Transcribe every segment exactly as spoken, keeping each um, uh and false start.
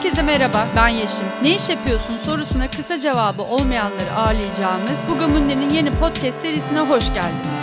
Herkese merhaba, ben Yeşim. Ne iş yapıyorsun sorusuna kısa cevabı olmayanları ağırlayacağımız Bugamundi'nin yeni podcast serisine hoş geldiniz.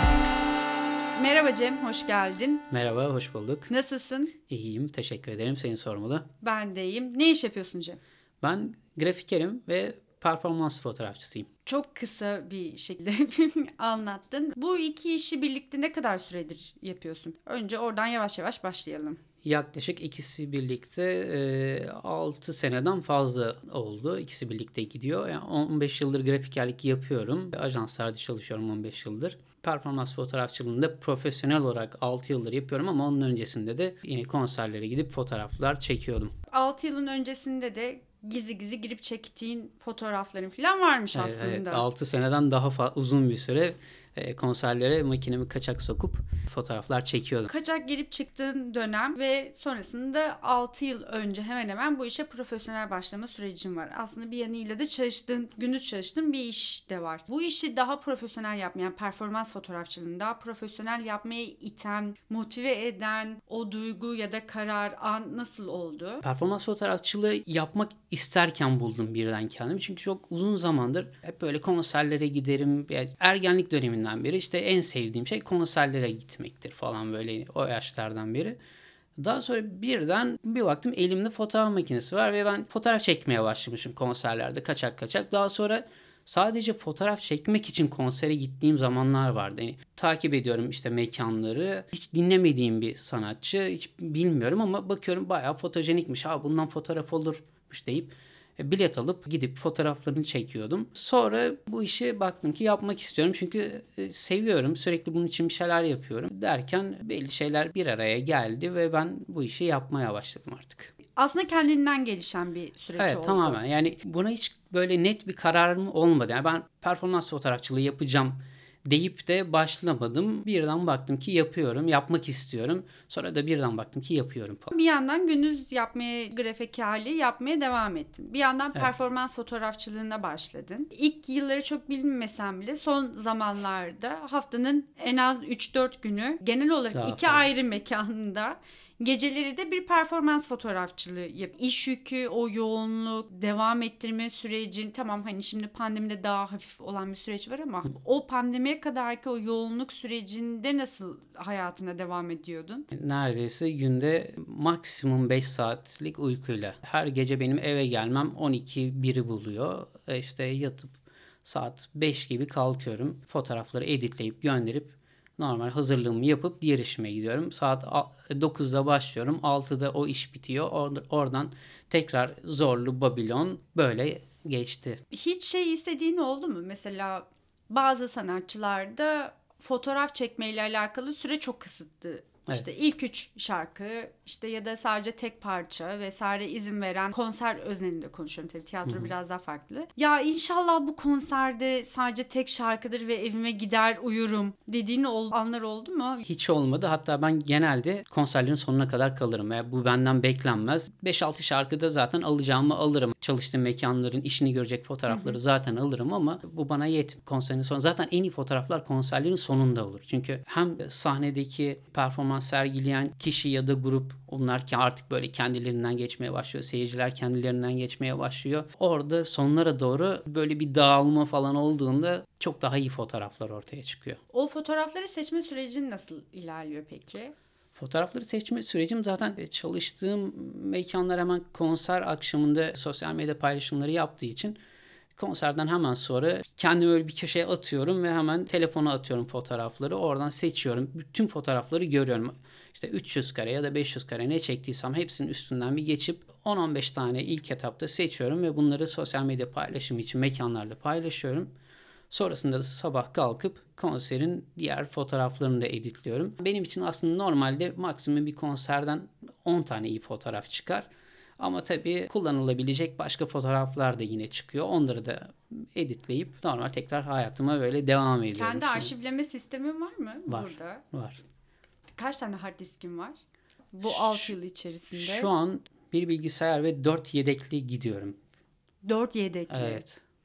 Merhaba Cem, hoş geldin. Merhaba, hoş bulduk. Nasılsın? İyiyim, teşekkür ederim. Seni sormalı. Ben de iyiyim. Ne iş yapıyorsun Cem? Ben grafikerim ve performans fotoğrafçısıyım. Çok kısa bir şekilde anlattın. Bu iki işi birlikte ne kadar süredir yapıyorsun? Önce oradan yavaş yavaş başlayalım. Yaklaşık ikisi birlikte e, altı seneden fazla oldu. İkisi birlikte gidiyor. Yani on beş yıldır grafikerlik yapıyorum. Ajanslarda çalışıyorum on beş yıldır. Performans fotoğrafçılığında profesyonel olarak altı yıldır yapıyorum ama onun öncesinde de yine konserlere gidip fotoğraflar çekiyordum. altı yılın öncesinde de gizli gizli girip çektiğin fotoğrafların falan varmış Evet, aslında. evet. altı seneden daha fa- uzun bir süre e, konserlere makinemi kaçak sokup fotoğraflar çekiyordum. Kaçak girip çıktığın dönem ve sonrasında altı yıl önce hemen hemen bu işe profesyonel başlama sürecin var. Aslında bir yanıyla da çalıştığın, gündüz çalıştığın bir iş de var. Bu işi daha profesyonel yapmayan, yani performans fotoğrafçılığını daha profesyonel yapmaya iten, motive eden o duygu ya da karar an nasıl oldu? Performans fotoğrafçılığı yapmak isterken buldum birden kendimi. Çünkü çok uzun zamandır hep böyle konserlere giderim. Yani ergenlik döneminden beri işte en sevdiğim şey konserlere gitmektir falan böyle o yaşlardan beri. Daha sonra birden bir baktım elimde fotoğraf makinesi var ve ben fotoğraf çekmeye başlamışım konserlerde kaçak kaçak. Daha sonra sadece fotoğraf çekmek için konsere gittiğim zamanlar vardı. Yani takip ediyorum işte mekanları. Hiç dinlemediğim bir sanatçı. Hiç bilmiyorum ama bakıyorum bayağı fotojenikmiş. Ha bundan fotoğraf olurmuş deyip bilet alıp gidip fotoğraflarını çekiyordum. Sonra bu işi baktım ki yapmak istiyorum. Çünkü seviyorum. Sürekli bunun için bir şeyler yapıyorum. Derken belli şeyler bir araya geldi ve ben bu işi yapmaya başladım artık. Aslında kendinden gelişen bir süreç evet, oldu. Tamamen. Yani buna hiç böyle net bir kararım olmadı. Yani ben performans fotoğrafçılığı yapacağım deyip de başlamadım. Birden baktım ki yapıyorum, yapmak istiyorum. Sonra da birden baktım ki yapıyorum falan. Bir yandan gündüz yapmaya, grafikerliği yapmaya devam ettin. Bir yandan Evet. Performans fotoğrafçılığına başladın. İlk yılları çok bilinmesen bile son zamanlarda haftanın en az üç dört günü genel olarak Daha iki fazla. ayrı mekanda geceleri de bir performans fotoğrafçılığı yap. İş yükü, o yoğunluk, devam ettirme sürecin, tamam hani şimdi pandemide daha hafif olan bir süreç var ama o pandemiye kadarki o yoğunluk sürecinde nasıl hayatına devam ediyordun? Neredeyse günde maksimum beş saatlik uykuyla. Her gece benim eve gelmem on iki biri buluyor. E İşte yatıp saat beş gibi kalkıyorum. Fotoğrafları editleyip gönderip normal hazırlığımı yapıp diğer işime gidiyorum. Saat dokuzda başlıyorum. altıda o iş bitiyor. Or- oradan tekrar Zorlu, Babilon böyle geçti. Hiç şey istediğin oldu mu? Mesela bazı sanatçılarda fotoğraf çekmeyle alakalı süre çok kısıtlı. Evet. İşte ilk üç şarkı işte ya da sadece tek parça vesaire izin veren konser özelinde konuşuyorum tabii tiyatro Hı-hı. biraz daha farklı. Ya inşallah bu konserde sadece tek şarkıdır ve evime gider uyurum dediğin ol- anlar oldu mu? Hiç olmadı. Hatta ben genelde konserlerin sonuna kadar kalırım. Yani bu benden beklenmez. beş altı şarkıda zaten alacağımı alırım. Çalıştığım mekanların işini görecek fotoğrafları Hı-hı. zaten alırım ama bu bana yetmiyor. Konserin sonu. Zaten en iyi fotoğraflar konserlerin sonunda olur. Çünkü hem sahnedeki performans sergileyen kişi ya da grup onlar ki artık böyle kendilerinden geçmeye başlıyor. Seyirciler kendilerinden geçmeye başlıyor. Orada sonlara doğru böyle bir dağılma falan olduğunda çok daha iyi fotoğraflar ortaya çıkıyor. O fotoğrafları seçme sürecin nasıl ilerliyor peki? Fotoğrafları seçme sürecim zaten çalıştığım mekanlar hemen konser akşamında sosyal medya paylaşımları yaptığı için konserden hemen sonra kendimi öyle bir köşeye atıyorum ve hemen telefona atıyorum fotoğrafları. Oradan seçiyorum. Bütün fotoğrafları görüyorum. İşte üç yüz kare ya da beş yüz kare ne çektiysem hepsinin üstünden bir geçip on on beş tane ilk etapta seçiyorum ve bunları sosyal medya paylaşımı için mekanlarda paylaşıyorum. Sonrasında da sabah kalkıp konserin diğer fotoğraflarını da editliyorum. Benim için aslında normalde maksimum bir konserden on tane iyi fotoğraf çıkar. Ama tabii kullanılabilecek başka fotoğraflar da yine çıkıyor. Onları da editleyip normal tekrar hayatıma böyle devam ediyorum. Kendi arşivleme sistemin var mı var, burada? Var. Kaç tane hard diskin var bu altı yıl içerisinde? Şu an bir bilgisayar ve dört yedekli gidiyorum. dört yedekli? Evet.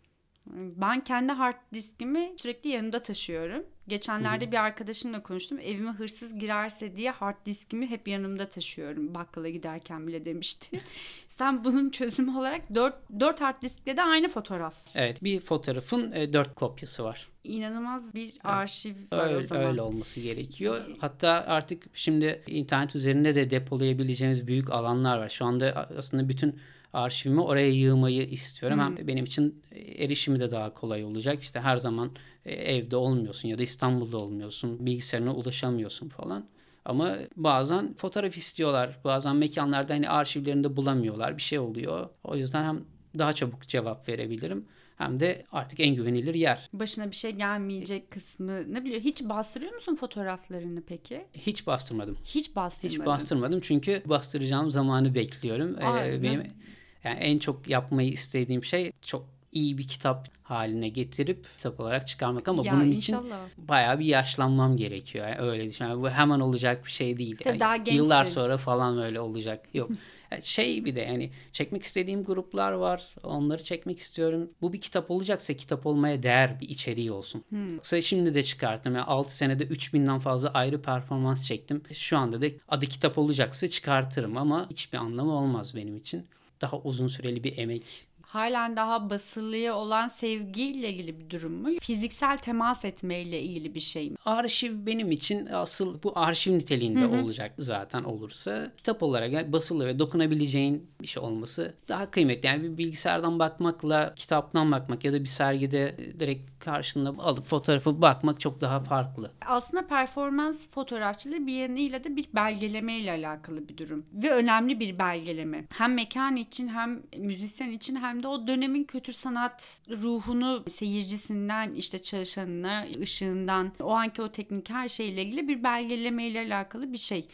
Ben kendi hard diskimi sürekli yanımda taşıyorum. Geçenlerde Hı-hı. bir arkadaşımla konuştum. Evime hırsız girerse diye hard diskimi hep yanımda taşıyorum. Bakkala giderken bile demişti. Sen bunun çözümü olarak dört hard diskle de aynı fotoğraf. Evet, bir fotoğrafın dört kopyası var. İnanılmaz bir arşiv var öyle, o zaman. Öyle olması gerekiyor. Hatta artık şimdi internet üzerinde de depolayabileceğiniz büyük alanlar var. Şu anda aslında bütün arşivimi oraya yığmayı istiyorum. Hmm. Hem benim için erişimi de daha kolay olacak. İşte her zaman evde olmuyorsun ya da İstanbul'da olmuyorsun. Bilgisayarına ulaşamıyorsun falan. Ama bazen fotoğraf istiyorlar. Bazen mekanlarda hani arşivlerinde bulamıyorlar. Bir şey oluyor. O yüzden hem daha çabuk cevap verebilirim. Hem de artık en güvenilir yer. Başına bir şey gelmeyecek kısmı ne biliyor? Hiç bastırıyor musun fotoğraflarını peki? Hiç bastırmadım. Hiç bastırmadım. Hiç bastırmadım çünkü bastıracağım zamanı bekliyorum. Aa, ee, benim yani en çok yapmayı istediğim şey çok iyi bir kitap haline getirip kitap olarak çıkarmak ama ya bunun inşallah. için bayağı bir yaşlanmam gerekiyor. Yani öyle düşünüyorum. Bu hemen olacak bir şey değil. Yani daha gençsin. Yıllar sonra falan öyle olacak. Yok. Şey bir de yani çekmek istediğim gruplar var. Onları çekmek istiyorum. Bu bir kitap olacaksa kitap olmaya değer bir içeriği olsun. Hmm. Yoksa şimdi de çıkarttım. Yani altı senede üç binden fazla ayrı performans çektim. Şu anda da adı kitap olacaksa çıkartırım ama hiçbir anlamı olmaz benim için. Daha uzun süreli bir emek. Halen daha basılıya olan sevgiyle ilgili bir durum mu? Fiziksel temas etmeyle ilgili bir şey mi? Arşiv benim için asıl bu arşiv niteliğinde Hı-hı. olacak zaten olursa. Kitap olarak yani basılı ve dokunabileceğin bir şey olması daha kıymetli. Yani bir bilgisayardan bakmakla kitaptan bakmak ya da bir sergide direkt karşında alıp fotoğrafı bakmak çok daha farklı. Aslında performans fotoğrafçılığı bir yanıyla da bir belgeleme ile alakalı bir durum. Ve önemli bir belgeleme. Hem mekan için hem müzisyen için hem de o dönemin kültür sanat ruhunu seyircisinden işte çalışanına, ışığından, o anki o teknik her şeyle ilgili bir belgeleme ile alakalı bir şey.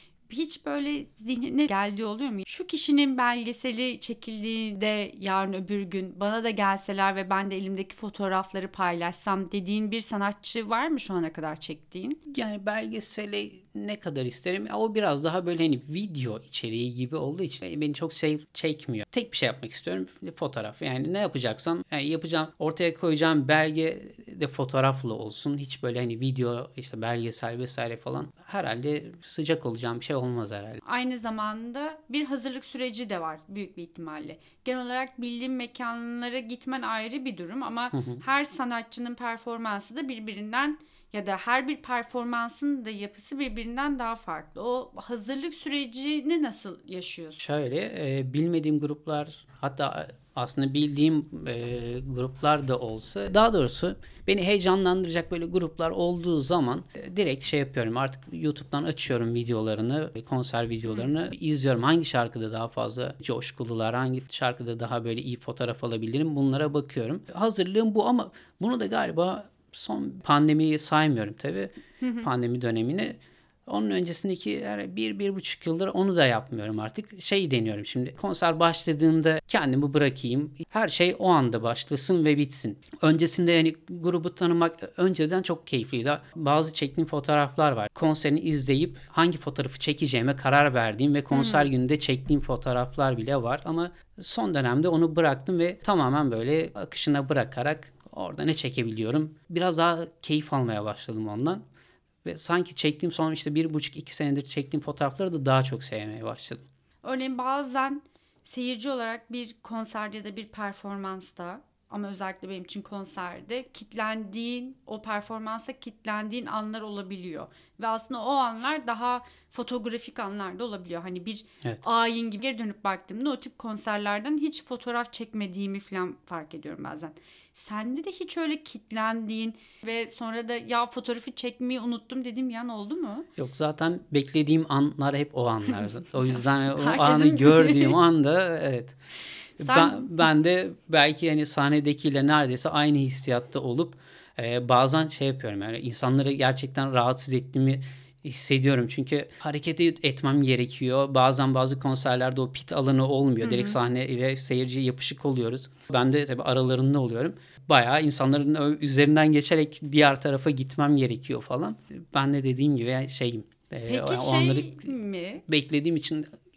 Hiç böyle zihnine geldiği oluyor mu? Şu kişinin belgeseli çekildiğinde yarın öbür gün bana da gelseler ve ben de elimdeki fotoğrafları paylaşsam dediğin bir sanatçı var mı şu ana kadar çektiğin? Yani belgeseli ne kadar isterim? O biraz daha böyle hani video içeriği gibi olduğu için beni çok şey çekmiyor. Tek bir şey yapmak istiyorum. Fotoğraf. Yani ne yapacaksam yani yapacağım, ortaya koyacağım belge de fotoğraflı olsun. Hiç böyle hani video işte belgesel vesaire falan herhalde sıcak olacağım bir şey olmaz herhalde. Aynı zamanda bir hazırlık süreci de var büyük bir ihtimalle. Genel olarak bildiğim mekanlara gitmen ayrı bir durum ama hı hı. her sanatçının performansı da birbirinden ya da her bir performansın da yapısı birbirinden daha farklı. O hazırlık sürecini nasıl yaşıyorsun? Şöyle e, bilmediğim gruplar hatta aslında bildiğim e, gruplar da olsa daha doğrusu beni heyecanlandıracak böyle gruplar olduğu zaman e, direkt şey yapıyorum artık YouTube'dan açıyorum videolarını, konser videolarını Hı. izliyorum. Hangi şarkıda daha fazla coşkulular, hangi şarkıda daha böyle iyi fotoğraf alabilirim bunlara bakıyorum. Hazırlığım bu ama bunu da galiba son pandemiyi saymıyorum tabii. Hı hı. Pandemi dönemini. Onun öncesindeki yani bir, bir buçuk yıldır onu da yapmıyorum artık. Şey deniyorum şimdi. Konser başladığında kendimi bırakayım. Her şey o anda başlasın ve bitsin. Öncesinde yani grubu tanımak önceden çok keyifliydi. Bazı çektiğim fotoğraflar var. Konserini izleyip hangi fotoğrafı çekeceğime karar verdiğim ve konser hmm. gününde çektiğim fotoğraflar bile var. Ama son dönemde onu bıraktım ve tamamen böyle akışına bırakarak orada ne çekebiliyorum? Biraz daha keyif almaya başladım ondan. Ve sanki çektiğim son işte bir buçuk iki senedir çektiğim fotoğrafları da daha çok sevmeye başladım. Örneğin bazen seyirci olarak bir konserde ya da bir performansta ama özellikle benim için konserde kitlendiğin, o performansa kitlendiğin anlar olabiliyor. Ve aslında o anlar daha fotoğrafik anlar da olabiliyor. Hani bir evet. ayin gibi geri dönüp baktığımda o tip konserlerden hiç fotoğraf çekmediğimi falan fark ediyorum bazen. Sende de hiç öyle kitlendiğin ve sonra da ya fotoğrafı çekmeyi unuttum dediğim yan oldu mu? Yok zaten beklediğim anlar hep o anlar. O yüzden o anı gördüğüm anda evet. Sen... Ben, ben de belki hani sahnedekiyle neredeyse aynı hissiyatta olup e, bazen şey yapıyorum yani insanları gerçekten rahatsız ettiğimi hissediyorum. Çünkü hareket etmem gerekiyor. Bazen bazı konserlerde o pit alanı olmuyor. Hı-hı. Direkt sahne ile seyirciye yapışık oluyoruz. Ben de tabii aralarında oluyorum. Bayağı insanların üzerinden geçerek diğer tarafa gitmem gerekiyor falan. Ben de dediğim gibi yani şeyim. Peki o şey mi? Beklediğim için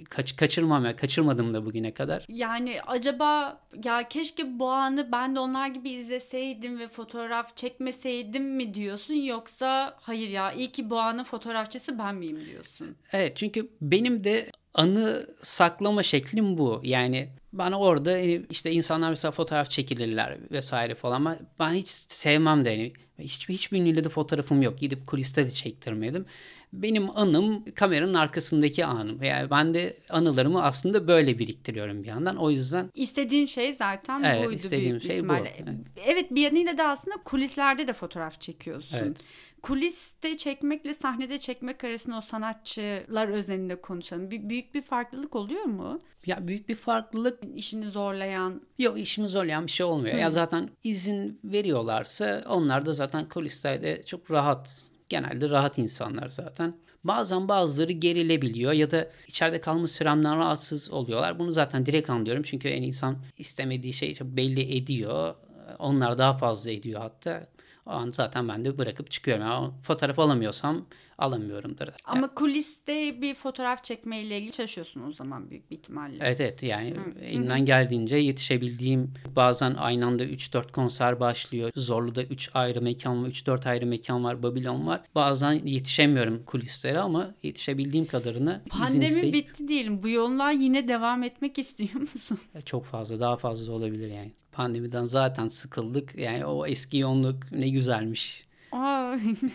kaç, kaçırmam ya. Kaçırmadım da bugüne kadar. Yani acaba ya keşke bu anı ben de onlar gibi izleseydim ve fotoğraf çekmeseydim mi diyorsun, yoksa hayır ya iyi ki bu anın fotoğrafçısı ben miyim diyorsun? Evet, çünkü benim de anı saklama şeklim bu. Yani bana orada işte insanlar mesela fotoğraf çekilirler vesaire falan ama ben hiç sevmem de yani hiçbir hiçbir ünlüyle de fotoğrafım yok. Gidip kuliste de çektirmedim. Benim anım kameranın arkasındaki anım. Yani ben de anılarımı aslında böyle biriktiriyorum bir yandan. O yüzden İstediğin şey zaten evet, buydu istediğim büyük bir şey bu. ihtimalle. Evet. Evet, bir yanıyla da aslında kulislerde de fotoğraf çekiyorsun. Evet. Kuliste çekmekle sahnede çekmek arasında o sanatçılar özelinde konuşalım. Bir, büyük bir farklılık oluyor mu? Ya büyük bir farklılık İşini zorlayan. yok, işimi zorlayan bir şey olmuyor. Hı. Ya zaten izin veriyorlarsa onlar da zaten kulislerde çok rahat. Genelde rahat insanlar zaten. Bazen bazıları gerilebiliyor ya da içeride kalma süremden rahatsız oluyorlar. Bunu zaten direkt anlıyorum. Çünkü en insan istemediği şeyi çok belli ediyor. Onlar daha fazla ediyor hatta. O an zaten ben de bırakıp çıkıyorum. Yani fotoğraf alamıyorsam alamıyorumdur. Ama yani kuliste bir fotoğraf çekmeyle ilgili çalışıyorsun o zaman büyük bir ihtimalle. Evet evet yani Hı. elimden geldiğince yetişebildiğim, bazen aynı anda üç dört konser başlıyor. Zorlu'da üç ayrı mekan var, üç dört ayrı mekan var, Babylon var. Bazen yetişemiyorum kulislere ama yetişebildiğim kadarını izin Pandemi isteyip. bitti diyelim. Bu yollar yine devam etmek istiyor musun? Çok fazla, daha fazla olabilir yani. Pandemiden zaten sıkıldık. Yani o eski yoğunluk ne güzelmiş. Aa.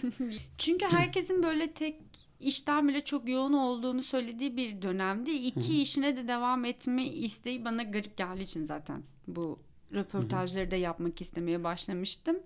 Çünkü herkesin böyle tek işten bile çok yoğun olduğunu söylediği bir dönemde iki Hı. işine de devam etme isteği bana garip geldiği için zaten bu röportajları da yapmak istemeye başlamıştım.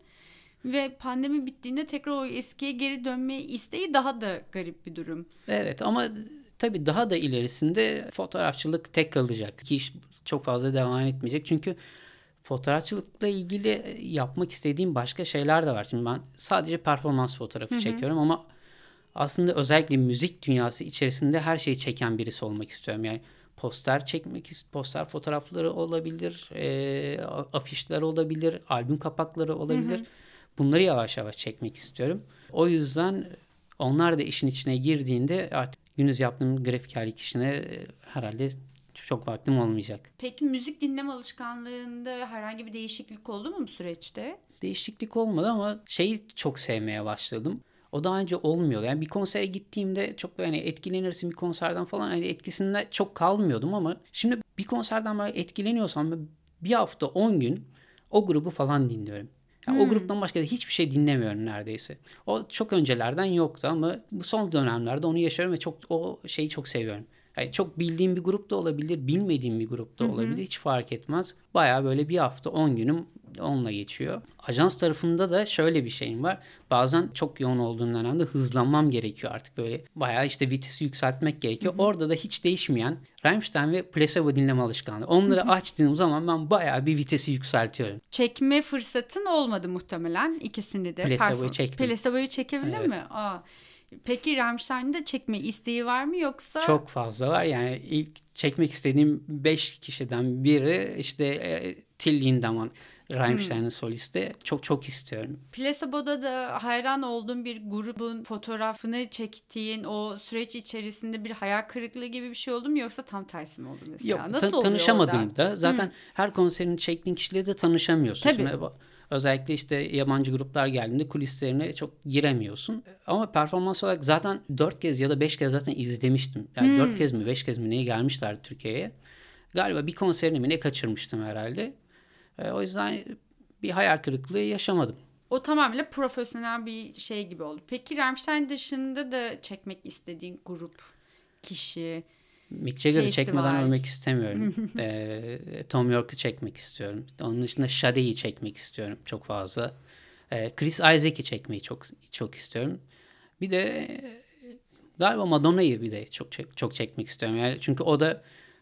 Ve pandemi bittiğinde tekrar o eskiye geri dönme isteği daha da garip bir durum. Evet ama tabii daha da ilerisinde fotoğrafçılık tek kalacak. Ki iş çok fazla devam etmeyecek. Çünkü fotoğrafçılıkla ilgili yapmak istediğim başka şeyler de var. Şimdi ben sadece performans fotoğrafı Hı-hı. çekiyorum ama aslında özellikle müzik dünyası içerisinde her şeyi çeken birisi olmak istiyorum. Yani poster çekmek, poster fotoğrafları olabilir, e, afişler olabilir, albüm kapakları olabilir. Hı-hı. Bunları yavaş yavaş çekmek istiyorum. O yüzden onlar da işin içine girdiğinde artık gündüz yaptığım grafikerlik işine herhalde çok vaktim olmayacak. Peki müzik dinleme alışkanlığında herhangi bir değişiklik oldu mu bu süreçte? Değişiklik olmadı ama şeyi çok sevmeye başladım. O daha önce olmuyordu. Yani bir konsere gittiğimde çok hani etkilenirsin bir konserden falan, hani etkisinde çok kalmıyordum ama şimdi bir konserden böyle etkileniyorsam bir hafta on gün o grubu falan dinliyorum. Yani hmm. O gruptan başka da hiçbir şey dinlemiyorum neredeyse. O çok öncelerden yoktu ama bu son dönemlerde onu yaşıyorum ve çok o şeyi çok seviyorum. Yani çok bildiğim bir grup da olabilir, bilmediğim bir grup da olabilir. Hı hı. Hiç fark etmez. Bayağı böyle bir hafta on günüm onunla geçiyor. Ajans tarafında da şöyle bir şeyim var. Bazen çok yoğun olduğum dönemde hızlanmam gerekiyor artık, böyle bayağı işte vitesi yükseltmek gerekiyor. Hı hı. Orada da hiç değişmeyen Rammstein ve Placebo dinleme alışkanlığı. Onları açtığım zaman ben bayağı bir vitesi yükseltiyorum. Çekme fırsatın olmadı muhtemelen ikisini de. Placebo'yu çektim. Placebo'yu çekebildin evet. mi? Aa. Peki Rammstein'in de çekme isteği var mı yoksa? Çok fazla var. Yani ilk çekmek istediğim beş kişiden biri işte e, Till Lindemann, Rammstein'in hmm. solisti. Çok çok istiyorum. Placebo'da da hayran olduğum bir grubun fotoğrafını çektiğin o süreç içerisinde bir hayal kırıklığı gibi bir şey oldu mu, yoksa tam tersi mi oldu mesela? Yok, nasıl ta- tanışamadım orada? da. Zaten hmm. her konserini çektiğin kişiyle de tanışamıyorsun. Tabii. Şimdi, özellikle işte yabancı gruplar geldiğinde kulislerine çok giremiyorsun. Ama performans olarak zaten dört kez ya da beş kez zaten izlemiştim. Yani hmm. dört kez mi beş kez mi neye gelmişler Türkiye'ye. Galiba bir konserini mi ne kaçırmıştım herhalde. E, o yüzden bir hayal kırıklığı yaşamadım. O tamamen profesyonel bir şey gibi oldu. Peki Rammstein dışında da çekmek istediğin grup, kişi... Mick Jagger'ı çekmeden ölmek istemiyorum. e, Tom York'u çekmek istiyorum. Onun dışında Sade'yi çekmek istiyorum çok fazla. E, Chris Isaak'i çekmeyi çok çok istiyorum. Bir de e, galiba Madonna'yı bir de çok çok çekmek istiyorum. Yani çünkü o da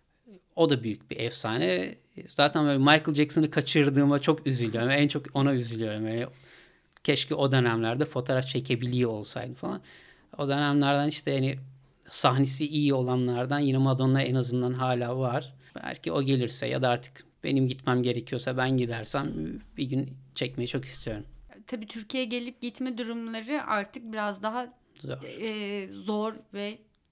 o da büyük bir efsane. Zaten böyle Michael Jackson'ı kaçırdığıma çok üzülüyorum. En çok ona üzülüyorum. Yani keşke o dönemlerde fotoğraf çekebiliyor olsaydı falan. O dönemlerden işte yani sahnesi iyi olanlardan yine Madonna en azından hala var. Belki o gelirse ya da artık benim gitmem gerekiyorsa ben gidersem bir gün çekmeyi çok istiyorum. Tabii Türkiye'ye gelip gitme durumları artık biraz daha zor, e, zor ve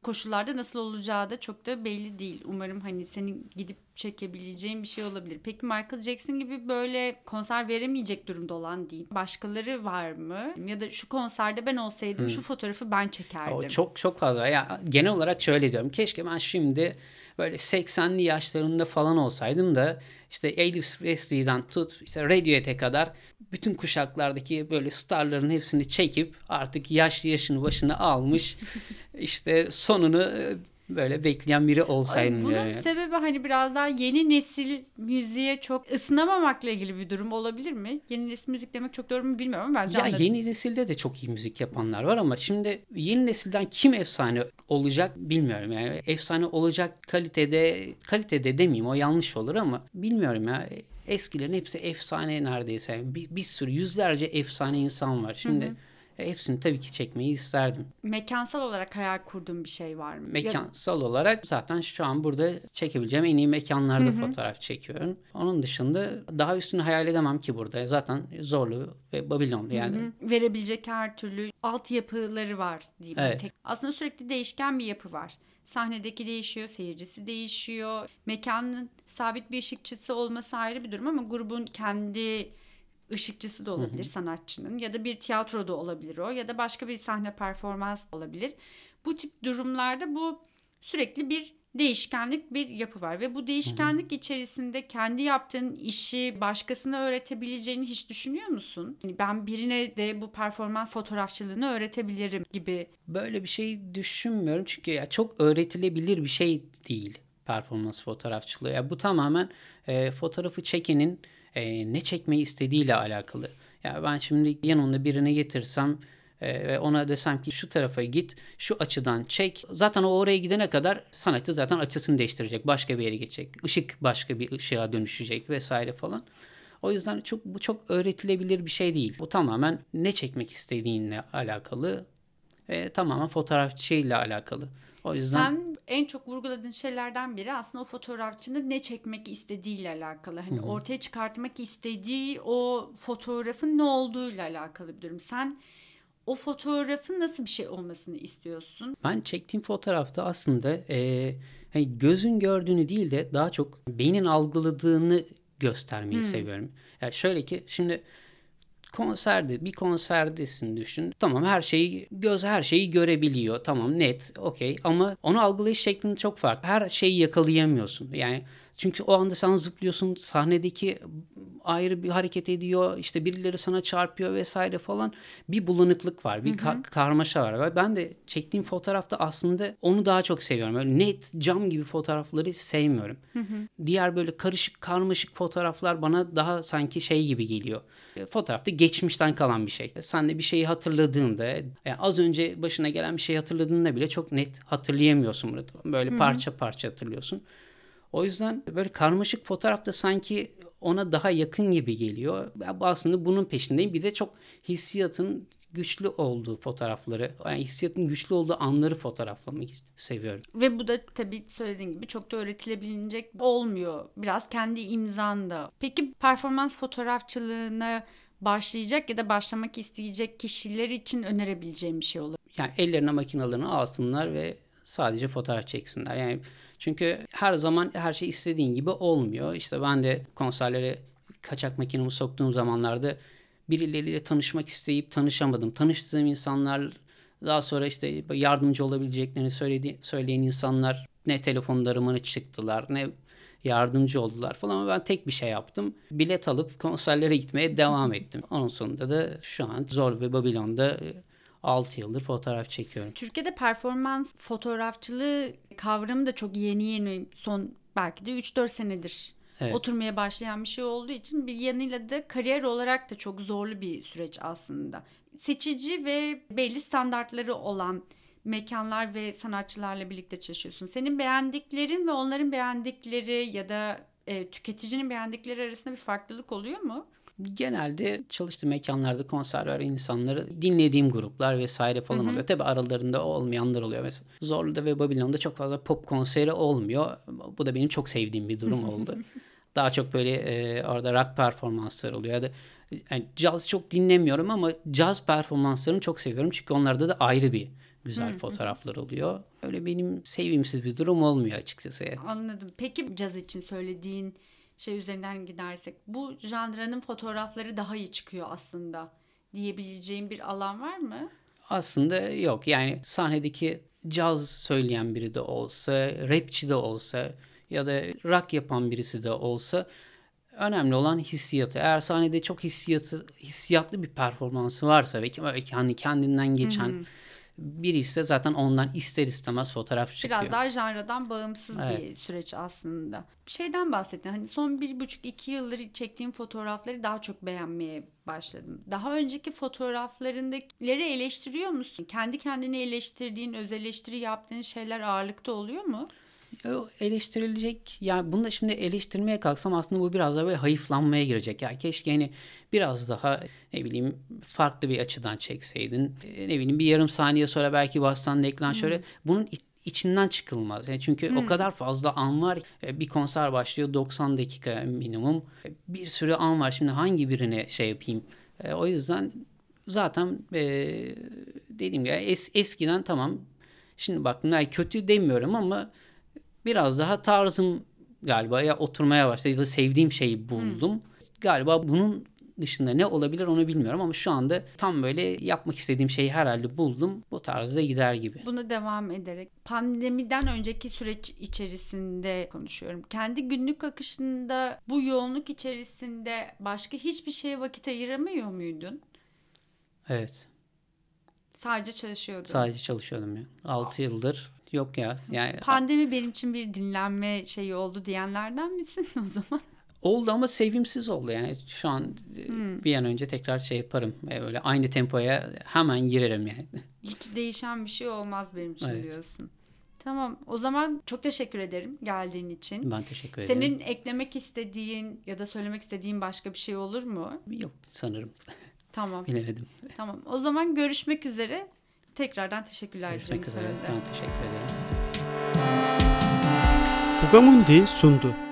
koşullarda nasıl olacağı da çok da belli değil. Umarım hani senin gidip çekebileceğin bir şey olabilir. Peki Michael Jackson gibi böyle konser veremeyecek durumda olan diyeyim, başkaları var mı? Ya da şu konserde ben olsaydım hmm. şu fotoğrafı ben çekerdim. O çok çok fazla. Ya genel olarak şöyle diyorum. Keşke ben şimdi böyle seksenli yaşlarında falan olsaydım da işte Elvis Presley'den tut işte Radiohead'e kadar bütün kuşaklardaki böyle starların hepsini çekip artık yaşlı yaşını başına almış işte sonunu böyle bekleyen biri olsaydım. Bunun yani. sebebi hani biraz daha yeni nesil müziğe çok ısınamamakla ilgili bir durum olabilir mi? Yeni nesil müzik demek çok doğru mu bilmiyorum ama bence ya anladım. Yeni nesilde de çok iyi müzik yapanlar var ama şimdi yeni nesilden kim efsane olacak bilmiyorum. Yani efsane olacak kalitede kalitede demeyeyim, o yanlış olur ama bilmiyorum ya. Eskilerin hepsi efsane neredeyse. Bir, bir sürü yüzlerce efsane insan var. Şimdi hı hı. Hepsini tabii ki çekmeyi isterdim. Mekansal olarak hayal kurduğun bir şey var mı? Mekansal ya... olarak zaten şu an burada çekebileceğim en iyi mekanlarda hı hı. fotoğraf çekiyorum. Onun dışında daha üstünü hayal edemem ki burada. Zaten Zorlu ve Babilon'da yani. Hı hı. Verebilecek her türlü altyapıları var diyeyim. Evet. Tek... Aslında sürekli değişken bir yapı var. Sahnedeki değişiyor, seyircisi değişiyor. Mekanın sabit bir ışıkçısı olması ayrı bir durum ama grubun kendi ışıkçısı da olabilir, hı hı. sanatçının, ya da bir tiyatroda olabilir o, ya da başka bir sahne performans olabilir. Bu tip durumlarda bu sürekli bir değişkenlik bir yapı var ve bu değişkenlik hı hı. içerisinde kendi yaptığın işi başkasına öğretebileceğini hiç düşünüyor musun? Yani ben birine de bu performans fotoğrafçılığını öğretebilirim gibi. Böyle bir şey düşünmüyorum çünkü ya çok öğretilebilir bir şey değil performans fotoğrafçılığı. Ya bu tamamen e, fotoğrafı çekenin e, ne çekmeyi istediğiyle alakalı. Ya ben şimdi yanımda birini getirsem e, ve ona desem ki şu tarafa git, şu açıdan çek. Zaten o oraya gidene kadar sanatçı zaten açısını değiştirecek, başka bir yere geçecek. Işık başka bir ışığa dönüşecek vesaire falan. O yüzden çok bu çok öğretilebilir bir şey değil. Bu tamamen ne çekmek istediğinle alakalı ve tamamen fotoğrafçıyla alakalı. O yüzden sen en çok vurguladığın şeylerden biri aslında o fotoğrafçının ne çekmek istediğiyle alakalı. Hani hı-hı. ortaya çıkartmak istediği o fotoğrafın ne olduğuyla alakalı bir durum. Sen o fotoğrafın nasıl bir şey olmasını istiyorsun? Ben çektiğim fotoğrafta aslında e, hani gözün gördüğünü değil de daha çok beynin algıladığını göstermeyi hmm. seviyorum. Yani şöyle ki şimdi konserde bir konserdesin düşün. Tamam, her şeyi göz her şeyi görebiliyor. Tamam, net, okey, ama onu algılayış şeklin çok farklı. Her şeyi yakalayamıyorsun. Yani çünkü o anda sen zıplıyorsun, sahnedeki ayrı bir hareket ediyor, işte birileri sana çarpıyor vesaire falan. Bir bulanıklık var, bir ka- karmaşa var. Ve ben de çektiğim fotoğrafta aslında onu daha çok seviyorum. Öyle net cam gibi fotoğrafları sevmiyorum. Hı hı. Diğer böyle karışık karmaşık fotoğraflar bana daha sanki şey gibi geliyor. Fotoğrafta geçmişten kalan bir şey. Sen de bir şeyi hatırladığında, yani az önce başına gelen bir şeyi hatırladığında bile çok net hatırlayamıyorsun burada. Böyle hı hı. parça parça hatırlıyorsun. O yüzden böyle karmaşık fotoğrafta sanki ona daha yakın gibi geliyor. Ben aslında bunun peşindeyim. Bir de çok hissiyatın güçlü olduğu fotoğrafları, yani hissiyatın güçlü olduğu anları fotoğraflamayı seviyorum. Ve bu da tabii söylediğin gibi çok da öğretilebilecek olmuyor. Biraz kendi imzanda. Peki performans fotoğrafçılığına başlayacak ya da başlamak isteyecek kişiler için önerebileceğim bir şey olur? Yani ellerine makinalarını alsınlar ve sadece fotoğraf çeksinler. Yani çünkü her zaman her şey istediğin gibi olmuyor. İşte ben de konserlere kaçak makinemi soktuğum zamanlarda birileriyle tanışmak isteyip tanışamadım. Tanıştığım insanlar daha sonra işte yardımcı olabileceklerini söyledi, söyleyen insanlar ne telefonlarıma çıktılar ne yardımcı oldular falan, ama ben tek bir şey yaptım. Bilet alıp konserlere gitmeye devam ettim. Onun sonunda da şu an Zor ve Babilon'da altı yıldır fotoğraf çekiyorum. Türkiye'de performans fotoğrafçılığı kavramı da çok yeni yeni, son belki de üç dört senedir evet. oturmaya başlayan bir şey olduğu için bir yanıyla da kariyer olarak da çok zorlu bir süreç aslında. Seçici ve belli standartları olan mekanlar ve sanatçılarla birlikte çalışıyorsun. Senin beğendiklerin ve onların beğendikleri ya da e, tüketicinin beğendikleri arasında bir farklılık oluyor mu? Genelde çalıştığım mekanlarda konser veren insanları dinlediğim gruplar vesaire falan hı hı. oluyor. Tabii aralarında olmayanlar oluyor. Mesela Zorlu'da ve Babilon'da çok fazla pop konseri olmuyor. Bu da benim çok sevdiğim bir durum oldu. Daha çok böyle e, orada rock performansları oluyor. Ya da yani caz çok dinlemiyorum ama caz performanslarını çok seviyorum. Çünkü onlarda da ayrı bir güzel Hı, fotoğraflar oluyor. Öyle benim sevimsiz bir durum olmuyor açıkçası. Anladım. Peki caz için söylediğin şey üzerinden gidersek bu janranın fotoğrafları daha iyi çıkıyor aslında diyebileceğim bir alan var mı? Aslında yok. Yani sahnedeki caz söyleyen biri de olsa, rapçi de olsa ya da rock yapan birisi de olsa önemli olan hissiyatı. Eğer sahnede çok hissiyatı, hissiyatlı bir performansı varsa ve hani kendinden geçen Hı hı. biri ise zaten ondan ister istemez fotoğraf çıkıyor. Biraz daha janradan bağımsız Evet. bir süreç aslında. Bir şeyden bahsettin. Hani son bir buçuk iki yıldır çektiğim fotoğrafları daha çok beğenmeye başladım. Daha önceki fotoğraflarındakileri eleştiriyor musun? Kendi kendini eleştirdiğin, öz eleştiri yaptığın şeyler ağırlıkta oluyor mu? O eleştirilecek, yani bunu da şimdi eleştirmeye kalksam aslında bu biraz daha böyle hayıflanmaya girecek. Ya keşke hani biraz daha ne bileyim farklı bir açıdan çekseydin. E, Ne bileyim bir yarım saniye sonra belki bassan da ekran şöyle. Bunun i- içinden çıkılmaz. Yani çünkü o kadar fazla an var. E, Bir konser başlıyor doksan dakika minimum. E, Bir sürü an var. Şimdi hangi birine şey yapayım? E, O yüzden zaten e, dediğim gibi es, eskiden tamam. Şimdi baktım yani kötü demiyorum ama biraz daha tarzım galiba ya oturmaya başladı ya da sevdiğim şeyi buldum. Hmm. Galiba bunun dışında ne olabilir onu bilmiyorum ama şu anda tam böyle yapmak istediğim şeyi herhalde buldum. Bu tarzda gider gibi. Buna devam ederek pandemiden önceki süreç içerisinde konuşuyorum. Kendi günlük akışında bu yoğunluk içerisinde başka hiçbir şeye vakit ayıramıyor muydun? Evet. Sadece çalışıyordun. Sadece çalışıyordum ya. altı yıldır yok ya. Yani pandemi benim için bir dinlenme şeyi oldu diyenlerden misin o zaman? oldu ama sevimsiz oldu yani. Şu an hmm. bir an önce tekrar şey yaparım. Öyle aynı tempoya hemen girerim yani. Hiç değişen bir şey olmaz benim için evet. diyorsun. Tamam. O zaman çok teşekkür ederim geldiğin için. Ben teşekkür ederim. Senin eklemek istediğin ya da söylemek istediğin başka bir şey olur mu? Yok sanırım. Tamam. Bilemedim. Tamam. O zaman görüşmek üzere. Tekrardan teşekkürler. Görüşmek üzere. Ben teşekkür ederim. Bugamundi sundu.